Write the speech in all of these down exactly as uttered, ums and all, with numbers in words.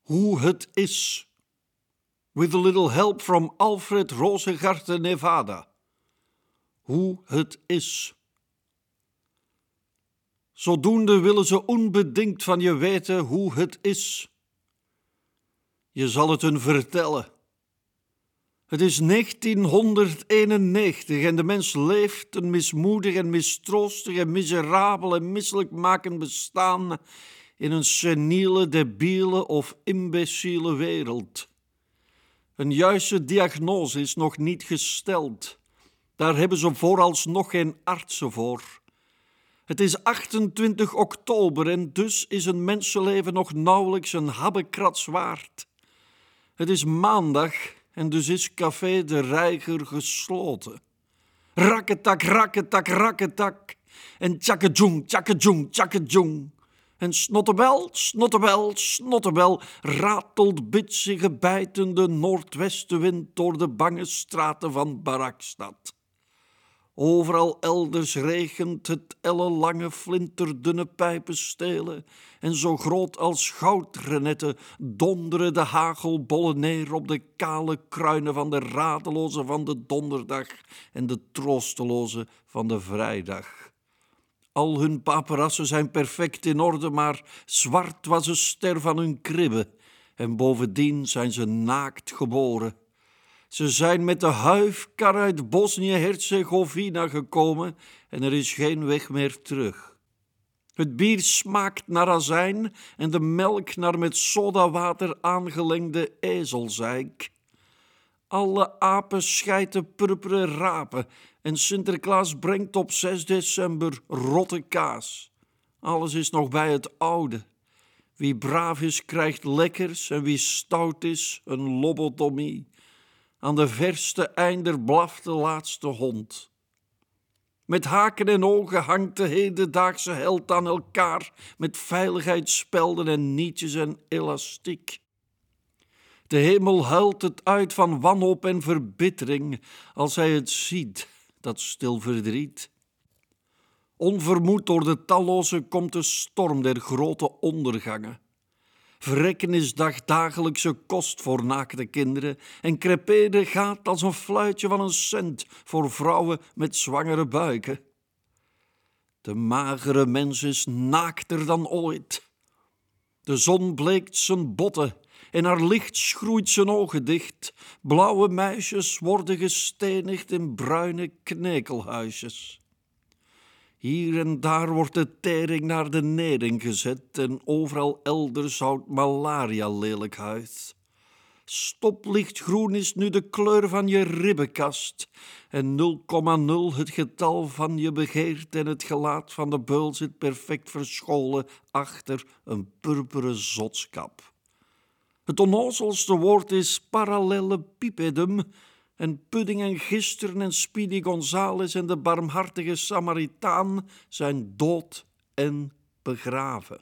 Hoe het is. With a little help from Alfred Rosengarten, Nevada. Hoe het is. Zodoende willen ze onbedingt van je weten hoe het is. Je zal het hun vertellen. Het is negentienhonderdeenennegentig en de mens leeft een mismoedig en mistroostig en miserabel en misselijkmakend bestaan in een seniele, debiele of imbeciele wereld. Een juiste diagnose is nog niet gesteld. Daar hebben ze vooralsnog geen artsen voor. Het is achtentwintig oktober en dus is een mensenleven nog nauwelijks een habbekrats waard. Het is maandag en dus is Café de Reiger gesloten. Rakketak, rakketak, rakketak. En tjakkejong, tjakkejong, tjakkejong. En snottebel, snottebel, snottebel ratelt bitsige bijtende noordwestenwind door de bange straten van Barakstad. Overal elders regent het ellenlange flinterdunne pijpenstelen en zo groot als goudrenetten donderen de hagelbollen neer op de kale kruinen van de radeloze van de donderdag en de troosteloze van de vrijdag. Al hun paperassen zijn perfect in orde, maar zwart was de ster van hun kribbe en bovendien zijn ze naakt geboren. Ze zijn met de huifkar uit Bosnië-Herzegovina gekomen en er is geen weg meer terug. Het bier smaakt naar azijn en de melk naar met sodawater aangelengde ezelzeik. Alle apen schijten purperen rapen en Sinterklaas brengt op zes december rotte kaas. Alles is nog bij het oude. Wie braaf is, krijgt lekkers en wie stout is, een lobotomie. Aan de verste einder blaft de laatste hond. Met haken en ogen hangt de hedendaagse held aan elkaar met veiligheidsspelden en nietjes en elastiek. De hemel huilt het uit van wanhoop en verbittering als hij het ziet, dat stil verdriet. Onvermoed door de talloze komt de storm der grote ondergangen. Verrekken is dagdagelijkse kost voor naakte kinderen en creperen gaat als een fluitje van een cent voor vrouwen met zwangere buiken. De magere mens is naakter dan ooit. De zon bleekt zijn botten en haar licht schroeit zijn ogen dicht. Blauwe meisjes worden gestenigd in bruine knekelhuisjes. Hier en daar wordt de tering naar de nering gezet en overal elders houdt malaria lelijk huis. Stoplichtgroen is nu de kleur van je ribbenkast en nul komma nul het getal van je begeerte en het gelaat van de beul zit perfect verscholen achter een purperen zotskap. Het onnozelste woord is parallelepipedum en Pudding en Gisteren en Speedy Gonzales en de barmhartige Samaritaan zijn dood en begraven.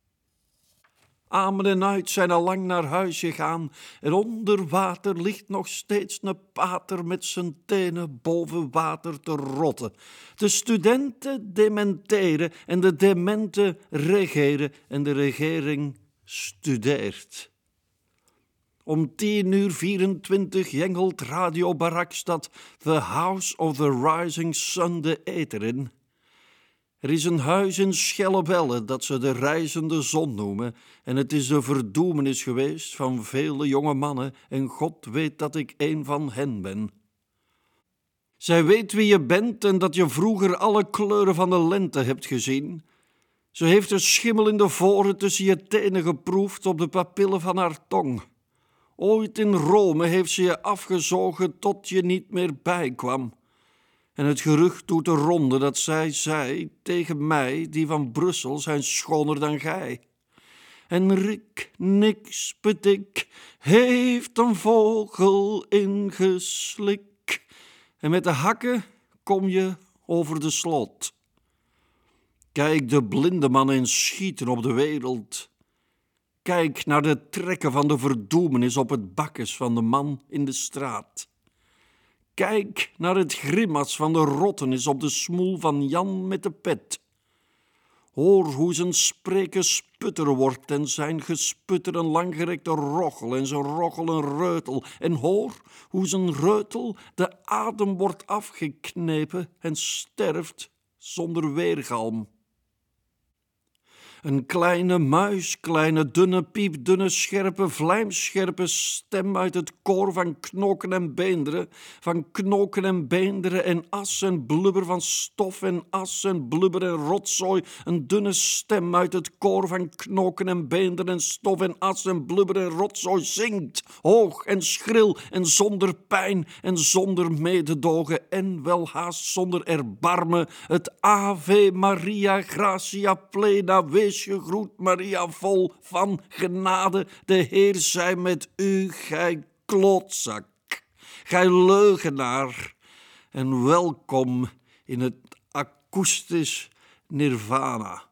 Amen en uit zijn al lang naar huis gegaan en onder water ligt nog steeds een pater met zijn tenen boven water te rotten. De studenten dementeren en de dementen regeren en de regering studeert. Om tien uur vierentwintig jengelt Radio Barakstad The House of the Rising Sun de eter in. Er is een huis in Schellebelle dat ze de reizende zon noemen en het is de verdoemenis geweest van vele jonge mannen en God weet dat ik een van hen ben. Zij weet wie je bent en dat je vroeger alle kleuren van de lente hebt gezien. Ze heeft een schimmel in de voren tussen je tenen geproefd op de papillen van haar tong. Ooit in Rome heeft ze je afgezogen tot je niet meer bijkwam. En het gerucht doet de ronde dat zij zei tegen mij, die van Brussel zijn schoner dan gij. En Rik, niks bedik, heeft een vogel ingeslik. En met de hakken kom je over de slot. Kijk de blinde man eens schieten op de wereld. Kijk naar de trekken van de verdoemenis op het bakkes van de man in de straat. Kijk naar het grimas van de rottenis op de smoel van Jan met de pet. Hoor hoe zijn spreken sputter wordt en zijn gesputter een langgerekte rochel en zijn rochel een reutel. En hoor hoe zijn reutel de adem wordt afgeknepen en sterft zonder weergalm. Een kleine muis, kleine dunne piepdunne scherpe vlijmscherpe stem uit het koor van knoken en beenderen, van knoken en beenderen en as en blubber, van stof en as en blubber en rotzooi, een dunne stem uit het koor van knoken en beenderen en stof en as en blubber en rotzooi zingt, hoog en schril en zonder pijn en zonder mededogen en welhaast zonder erbarmen, het Ave Maria Gracia Plena, wees gegroet Maria vol van genade, de Heer zij met u, gij klootzak, gij leugenaar, en welkom in het akoestisch nirvana.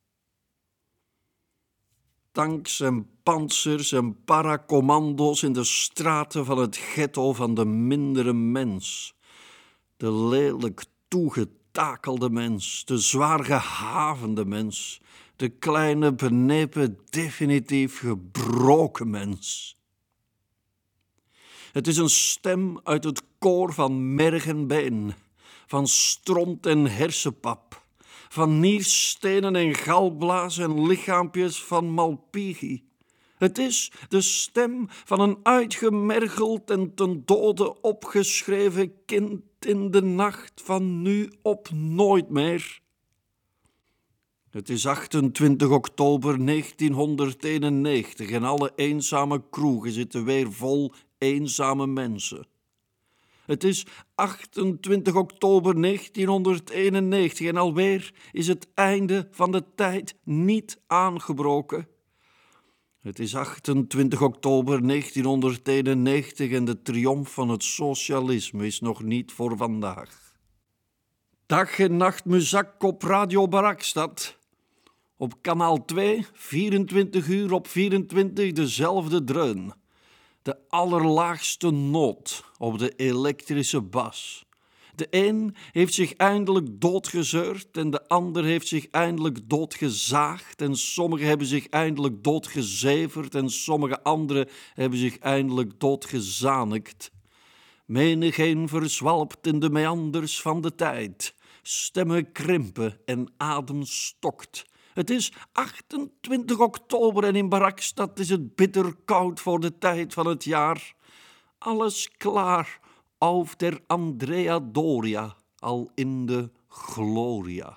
Tanks en panzers en paracommando's in de straten van het ghetto van de mindere mens, de lelijk toegetakelde mens, de zwaar gehavende mens, de kleine, benepen, definitief gebroken mens. Het is een stem uit het koor van merg en been, van stront en hersenpap, van nierstenen en galblazen en lichaampjes van malpighi. Het is de stem van een uitgemergeld en ten dode opgeschreven kind in de nacht van nu op nooit meer. Het is achtentwintig oktober negentienhonderdeenennegentig en alle eenzame kroegen zitten weer vol eenzame mensen. Het is achtentwintig oktober negentienhonderdeenennegentig en alweer is het einde van de tijd niet aangebroken. Het is achtentwintig oktober negentienhonderdeenennegentig en de triomf van het socialisme is nog niet voor vandaag. Dag en nacht muzak op Radio Barakstad. Op kanaal twee, vierentwintig uur op vierentwintig, dezelfde dreun. De allerlaagste noot op de elektrische bas. De een heeft zich eindelijk doodgezeurd en de ander heeft zich eindelijk doodgezaagd en sommigen hebben zich eindelijk doodgezeverd en sommige anderen hebben zich eindelijk doodgezanikt. Menigeen verzwalpt in de meanders van de tijd. Stemmen krimpen en adem stokt. Het is achtentwintig oktober en in Barakstad is het bitter koud voor de tijd van het jaar. Alles klaar auf der Andrea Doria, al in de gloria.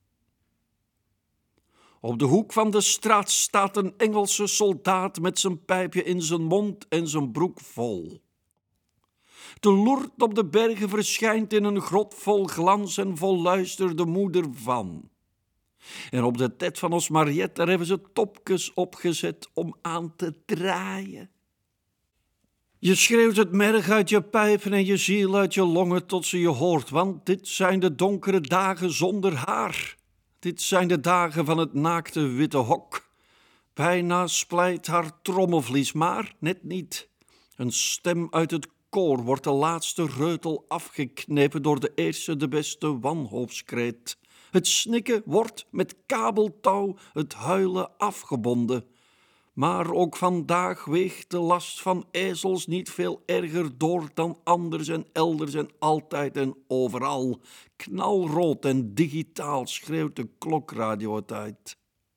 Op de hoek van de straat staat een Engelse soldaat met zijn pijpje in zijn mond en zijn broek vol. Te Lourdes op de bergen verschijnt in een grot vol glans en vol luister de moeder van. En op de tet van ons Mariette, daar hebben ze topjes opgezet om aan te draaien. Je schreeuwt het merg uit je pijpen en je ziel uit je longen tot ze je hoort, want dit zijn de donkere dagen zonder haar. Dit zijn de dagen van het naakte witte hok. Bijna splijt haar trommelvlies, maar net niet. Een stem uit het koor wordt de laatste reutel afgeknepen door de eerste de beste wanhoopskreet. Het snikken wordt met kabeltouw het huilen afgebonden. Maar ook vandaag weegt de last van ezels niet veel erger door dan anders en elders en altijd en overal. Knalrood en digitaal schreeuwt de klokradio het uit.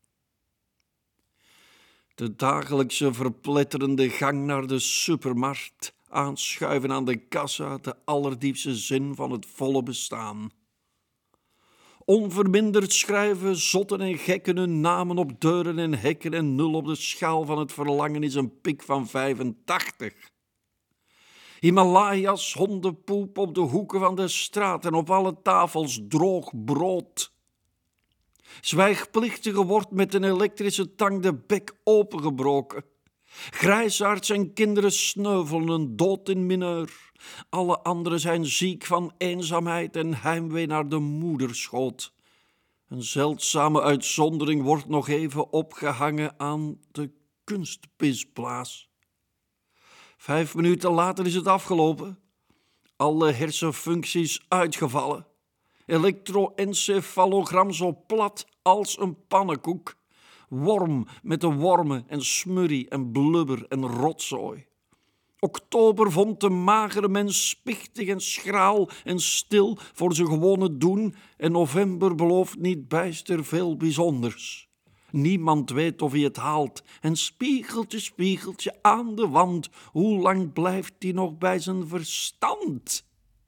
De dagelijkse verpletterende gang naar de supermarkt, aanschuiven aan de kassa, de allerdiepste zin van het volle bestaan. Onverminderd schrijven zotten en gekken hun namen op deuren en hekken en nul op de schaal van het verlangen is een pik van vijfentachtig. Himalaya's hondenpoep op de hoeken van de straat en op alle tafels droog brood. Zwijgplichtige wordt met een elektrische tang de bek opengebroken. Grijsaards en kinderen sneuvelen een dood in mineur. Alle anderen zijn ziek van eenzaamheid en heimwee naar de moederschoot. Een zeldzame uitzondering wordt nog even opgehangen aan de kunstpisplaats. Vijf minuten later is het afgelopen. Alle hersenfuncties uitgevallen. Elektroencefalogram zo plat als een pannenkoek. Worm met de wormen en smurrie en blubber en rotzooi. Oktober vond de magere mens spichtig en schraal en stil voor zijn gewone doen en november belooft niet bijster veel bijzonders. Niemand weet of hij het haalt en spiegeltje, spiegeltje aan de wand, hoe lang blijft hij nog bij zijn verstand?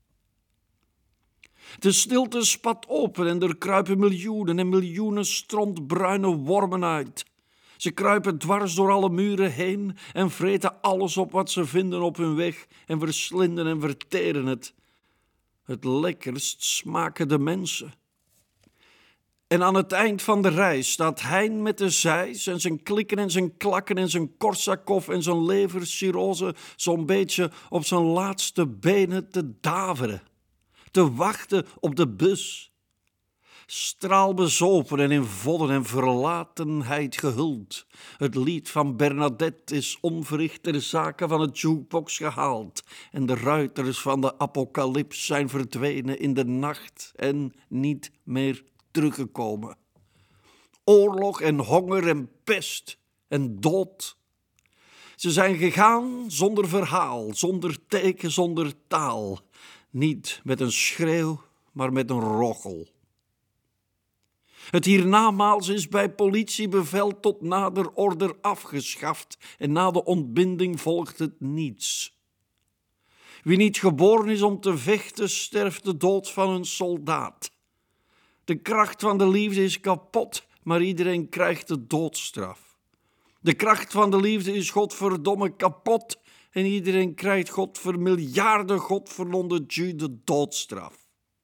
De stilte spat open en er kruipen miljoenen en miljoenen strontbruine wormen uit. Ze kruipen dwars door alle muren heen en vreten alles op wat ze vinden op hun weg en verslinden en verteren het. Het lekkerst smaken de mensen. En aan het eind van de reis staat Hein met de zeis en zijn klikken en zijn klakken en zijn Korsakoff en zijn levercirrose zo'n beetje op zijn laatste benen te daveren. Te wachten op de bus. Straalbezopen en in vodden en verlatenheid gehuld. Het lied van Bernadette is onverricht ter zake van het jukebox gehaald. En de ruiters van de apocalyps zijn verdwenen in de nacht en niet meer teruggekomen. Oorlog en honger en pest en dood. Ze zijn gegaan zonder verhaal, zonder teken, zonder taal. Niet met een schreeuw, maar met een rochel. Het hiernamaals is bij politiebevel tot nader order afgeschaft en na de ontbinding volgt het niets. Wie niet geboren is om te vechten, sterft de dood van een soldaat. De kracht van de liefde is kapot, maar iedereen krijgt de doodstraf. De kracht van de liefde is godverdomme kapot en iedereen krijgt godvermiljarden godverlonde Jew de doodstraf.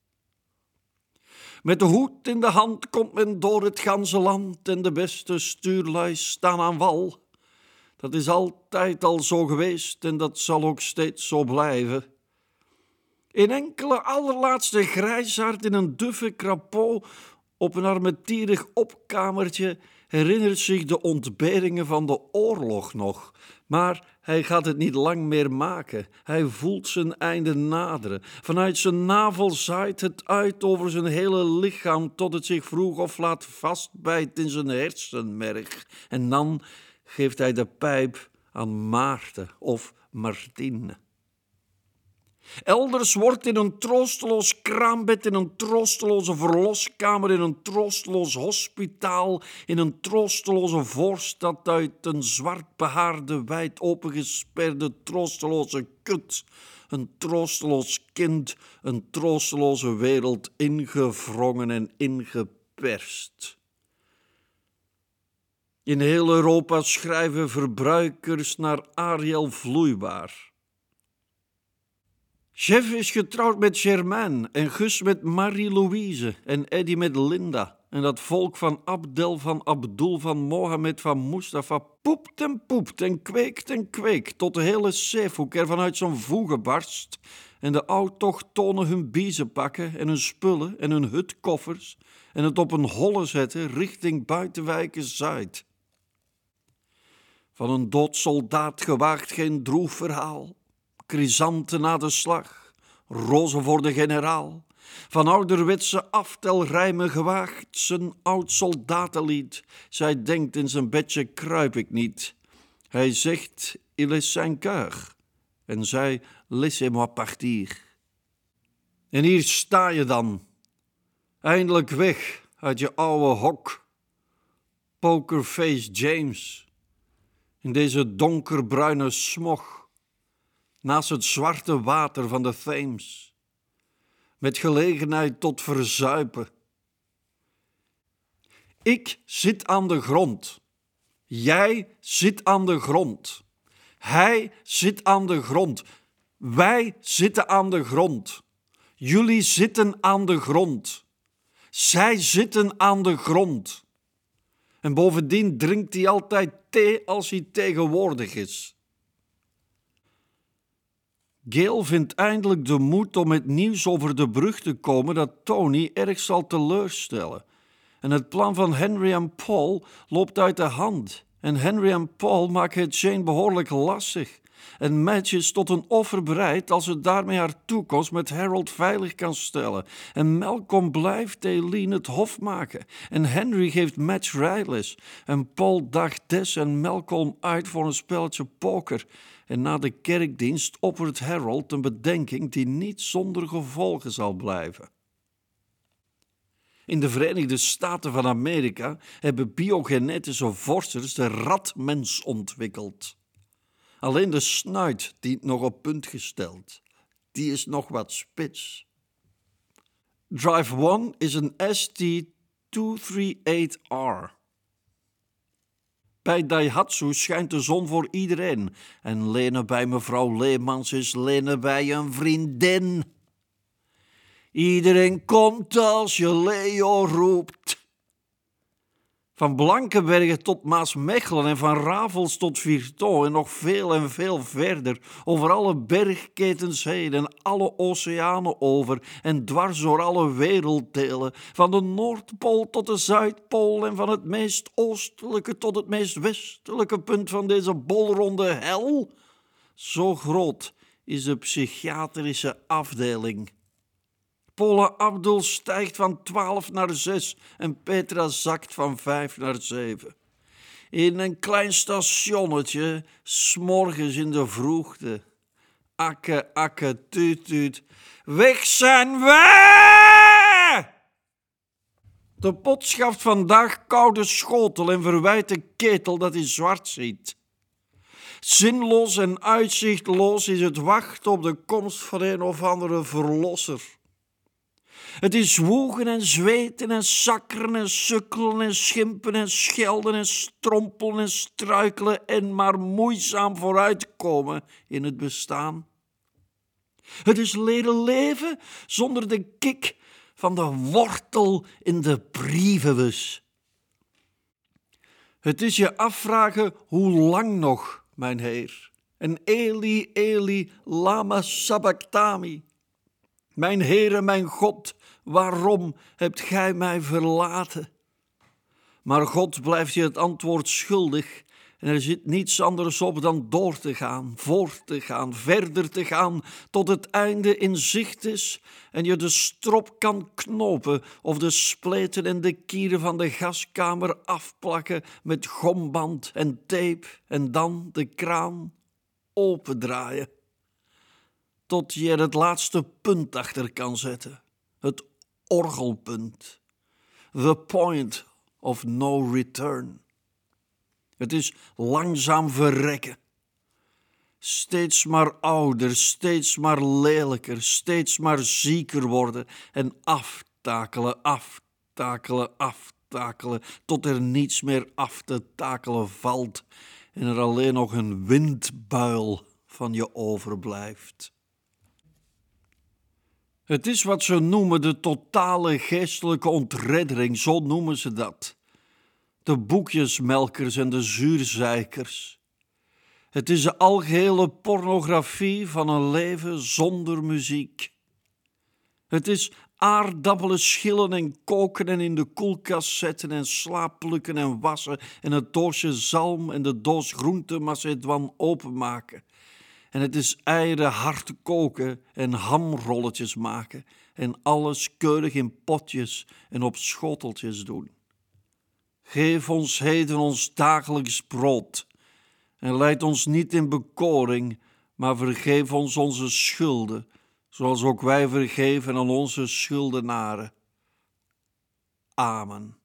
Met de hoed in de hand komt men door het ganse land en de beste stuurlui staan aan wal. Dat is altijd al zo geweest en dat zal ook steeds zo blijven. Een enkele allerlaatste grijsaard in een duffe krapo op een armetierig opkamertje herinnert zich de ontberingen van de oorlog nog. Maar hij gaat het niet lang meer maken. Hij voelt zijn einde naderen. Vanuit zijn navel zaait het uit over zijn hele lichaam tot het zich vroeg of laat vastbijt in zijn hersenmerg. En dan geeft hij de pijp aan Maarten of Martine. Elders wordt in een troosteloos kraambed, in een troosteloze verloskamer, in een troosteloos hospitaal, in een troosteloze voorstad uit een zwart behaarde, wijd opengesperde, troosteloze kut, een troosteloos kind, een troosteloze wereld ingewrongen en ingeperst. In heel Europa schrijven verbruikers naar Ariel Vloeibaar. Jeff is getrouwd met Germaine en Gus met Marie-Louise en Eddy met Linda. En dat volk van Abdel, van Abdul, van Mohammed, van Mustafa poept en poept en kweekt en kweekt tot de hele zeehoek er vanuit zijn voegen barst en de autochtonen hun biezen pakken en hun spullen en hun hutkoffers en het op een holle zetten richting Buitenwijken Zuid. Van een dood soldaat gewaagt geen droef verhaal. Chrysanten na de slag, rozen voor de generaal. Van ouderwetse aftelrijmen gewaagd zijn oud soldatenlied. Zij denkt in zijn bedje kruip ik niet. Hij zegt il est cinq heures. En zij laissez-moi partir. En hier sta je dan, eindelijk weg uit je oude hok. Pokerface James, in deze donkerbruine smog. Naast het zwarte water van de Theems, met gelegenheid tot verzuipen. Ik zit aan de grond. Jij zit aan de grond. Hij zit aan de grond. Wij zitten aan de grond. Jullie zitten aan de grond. Zij zitten aan de grond. En bovendien drinkt hij altijd thee als hij tegenwoordig is. Gail vindt eindelijk de moed om met nieuws over de brug te komen dat Tony erg zal teleurstellen. En het plan van Henry en Paul loopt uit de hand. En Henry en Paul maken het Jane behoorlijk lastig. En Madge is tot een offer bereid als ze daarmee haar toekomst met Harold veilig kan stellen. En Malcolm blijft Eileen het hof maken. En Henry geeft Madge rijles. En Paul daagt Des en Malcolm uit voor een spelletje poker. En na de kerkdienst oppert Harold een bedenking die niet zonder gevolgen zal blijven. In de Verenigde Staten van Amerika hebben biogenetische vorsters de ratmens ontwikkeld. Alleen de snuit dient nog op punt gesteld. Die is nog wat spits. Drive one is een S T tweehonderdachtendertig R. Bij Daihatsu schijnt de zon voor iedereen. En lenen bij mevrouw Leemans is lenen bij een vriendin. Iedereen komt als je Leo roept. Van Blankenbergen tot Maasmechelen en van Ravels tot Virton en nog veel en veel verder, over alle bergketens heen en alle oceanen over en dwars door alle werelddelen, van de Noordpool tot de Zuidpool en van het meest oostelijke tot het meest westelijke punt van deze bolronde hel. Zo groot is de psychiatrische afdeling. Paula Abdul stijgt van twaalf naar zes en Petra zakt van vijf naar zeven. In een klein stationnetje, 's morgens in de vroegte. Akke, akke, tuut, tuut. Weg zijn wij! De pot schaft vandaag koude schotel en verwijt de ketel dat hij zwart ziet. Zinloos en uitzichtloos is het wachten op de komst van een of andere verlosser. Het is zwoegen en zweten en sakkeren en sukkelen en schimpen en schelden en strompelen en struikelen en maar moeizaam vooruitkomen in het bestaan. Het is leren leven zonder de kik van de wortel in de brievenbus. Het is je afvragen hoe lang nog, mijn Heer. En Eli, Eli, lama sabachthani. Mijn Heere, mijn God, waarom hebt gij mij verlaten? Maar God blijft je het antwoord schuldig en er zit niets anders op dan door te gaan, voort te gaan, verder te gaan, tot het einde in zicht is en je de strop kan knopen of de spleten en de kieren van de gaskamer afplakken met gomband en tape en dan de kraan opendraaien. Tot je er het laatste punt achter kan zetten. Het orgelpunt. The point of no return. Het is langzaam verrekken. Steeds maar ouder, steeds maar lelijker, steeds maar zieker worden en aftakelen, aftakelen, aftakelen, tot er niets meer af te takelen valt en er alleen nog een windbuil van je overblijft. Het is wat ze noemen de totale geestelijke ontreddering, zo noemen ze dat. De boekjesmelkers en de zuurzeikers. Het is de algehele pornografie van een leven zonder muziek. Het is aardappelen schillen en koken en in de koelkast zetten en slaapplukken en wassen en het doosje zalm en de doos groente macédoine openmaken. En het is eieren hard koken en hamrolletjes maken en alles keurig in potjes en op schoteltjes doen. Geef ons heden ons dagelijks brood en leid ons niet in bekoring, maar vergeef ons onze schulden, zoals ook wij vergeven aan onze schuldenaren. Amen.